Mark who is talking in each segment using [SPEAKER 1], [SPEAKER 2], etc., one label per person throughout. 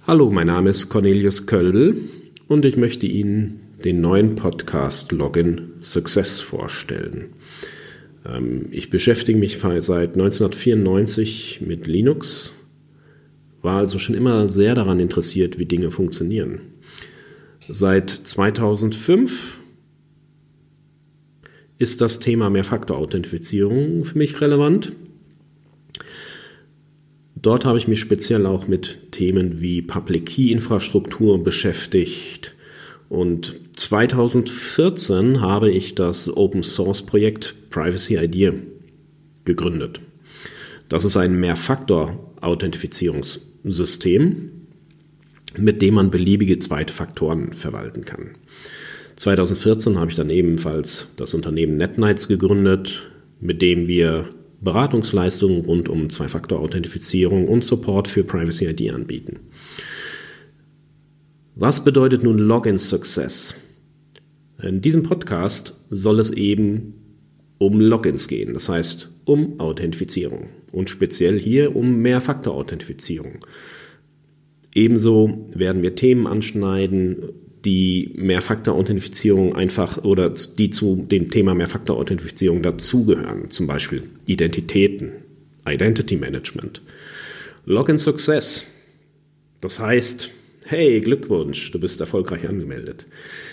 [SPEAKER 1] Hallo, mein Name ist Cornelius Kölbl und ich möchte Ihnen den neuen Podcast Login Success vorstellen. Ich beschäftige mich seit 1994 mit Linux, war also schon immer sehr daran interessiert, wie Dinge funktionieren. Seit 2005 ist das Thema Mehrfaktor-Authentifizierung für mich relevant. Dort habe ich mich speziell auch mit Themen wie Public-Key-Infrastruktur beschäftigt und 2014 habe ich das Open-Source-Projekt Privacy Idea gegründet. Das ist ein Mehrfaktor-Authentifizierungssystem, mit dem man beliebige zweite Faktoren verwalten kann. 2014 habe ich dann ebenfalls das Unternehmen NetNights gegründet, mit dem wir Beratungsleistungen rund um Zwei-Faktor-Authentifizierung und Support für Privacy ID anbieten. Was bedeutet nun Login Success? In diesem Podcast soll es eben um Logins gehen, das heißt um Authentifizierung und speziell hier um Mehrfaktor-Authentifizierung. Ebenso werden wir Themen anschneiden, die Mehrfaktor-Authentifizierung oder die zu dem Thema Mehrfaktor-Authentifizierung dazugehören, zum Beispiel Identitäten, Identity Management. Login Success, das heißt, hey, Glückwunsch, du bist erfolgreich angemeldet.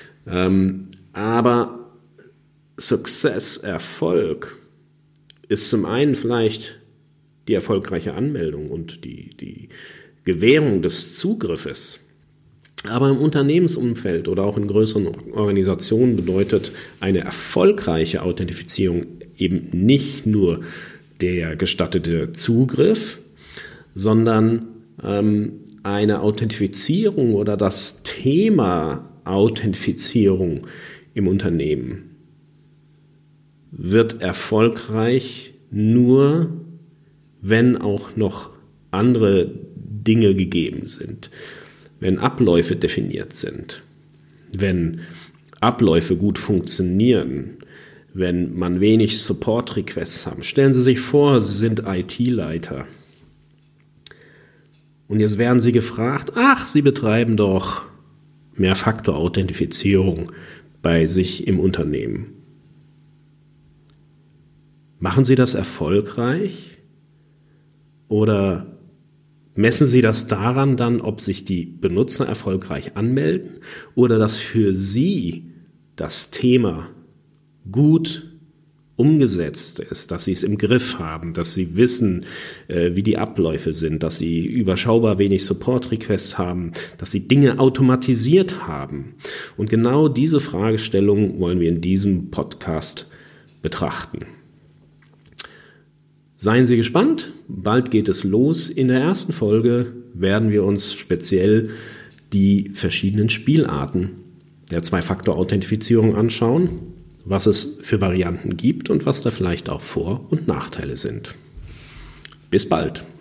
[SPEAKER 1] Aber Success, Erfolg, ist zum einen vielleicht die erfolgreiche Anmeldung und die Gewährung des Zugriffes. Aber im Unternehmensumfeld oder auch in größeren Organisationen bedeutet eine erfolgreiche Authentifizierung eben nicht nur der gestattete Zugriff, sondern eine Authentifizierung oder das Thema Authentifizierung im Unternehmen wird erfolgreich nur, wenn auch noch andere Dinge gegeben sind. Wenn Abläufe definiert sind, wenn Abläufe gut funktionieren, wenn man wenig Support-Requests hat. Stellen Sie sich vor, Sie sind IT-Leiter. Und jetzt werden Sie gefragt, Sie betreiben doch Mehrfaktor-Authentifizierung bei sich im Unternehmen. Machen Sie das erfolgreich? Oder messen Sie das daran dann, ob sich die Benutzer erfolgreich anmelden oder dass für Sie das Thema gut umgesetzt ist, dass Sie es im Griff haben, dass Sie wissen, wie die Abläufe sind, dass Sie überschaubar wenig Support-Requests haben, dass Sie Dinge automatisiert haben. Und genau diese Fragestellung wollen wir in diesem Podcast betrachten. Seien Sie gespannt, bald geht es los. In der ersten Folge werden wir uns speziell die verschiedenen Spielarten der Zwei-Faktor-Authentifizierung anschauen, was es für Varianten gibt und was da vielleicht auch Vor- und Nachteile sind. Bis bald!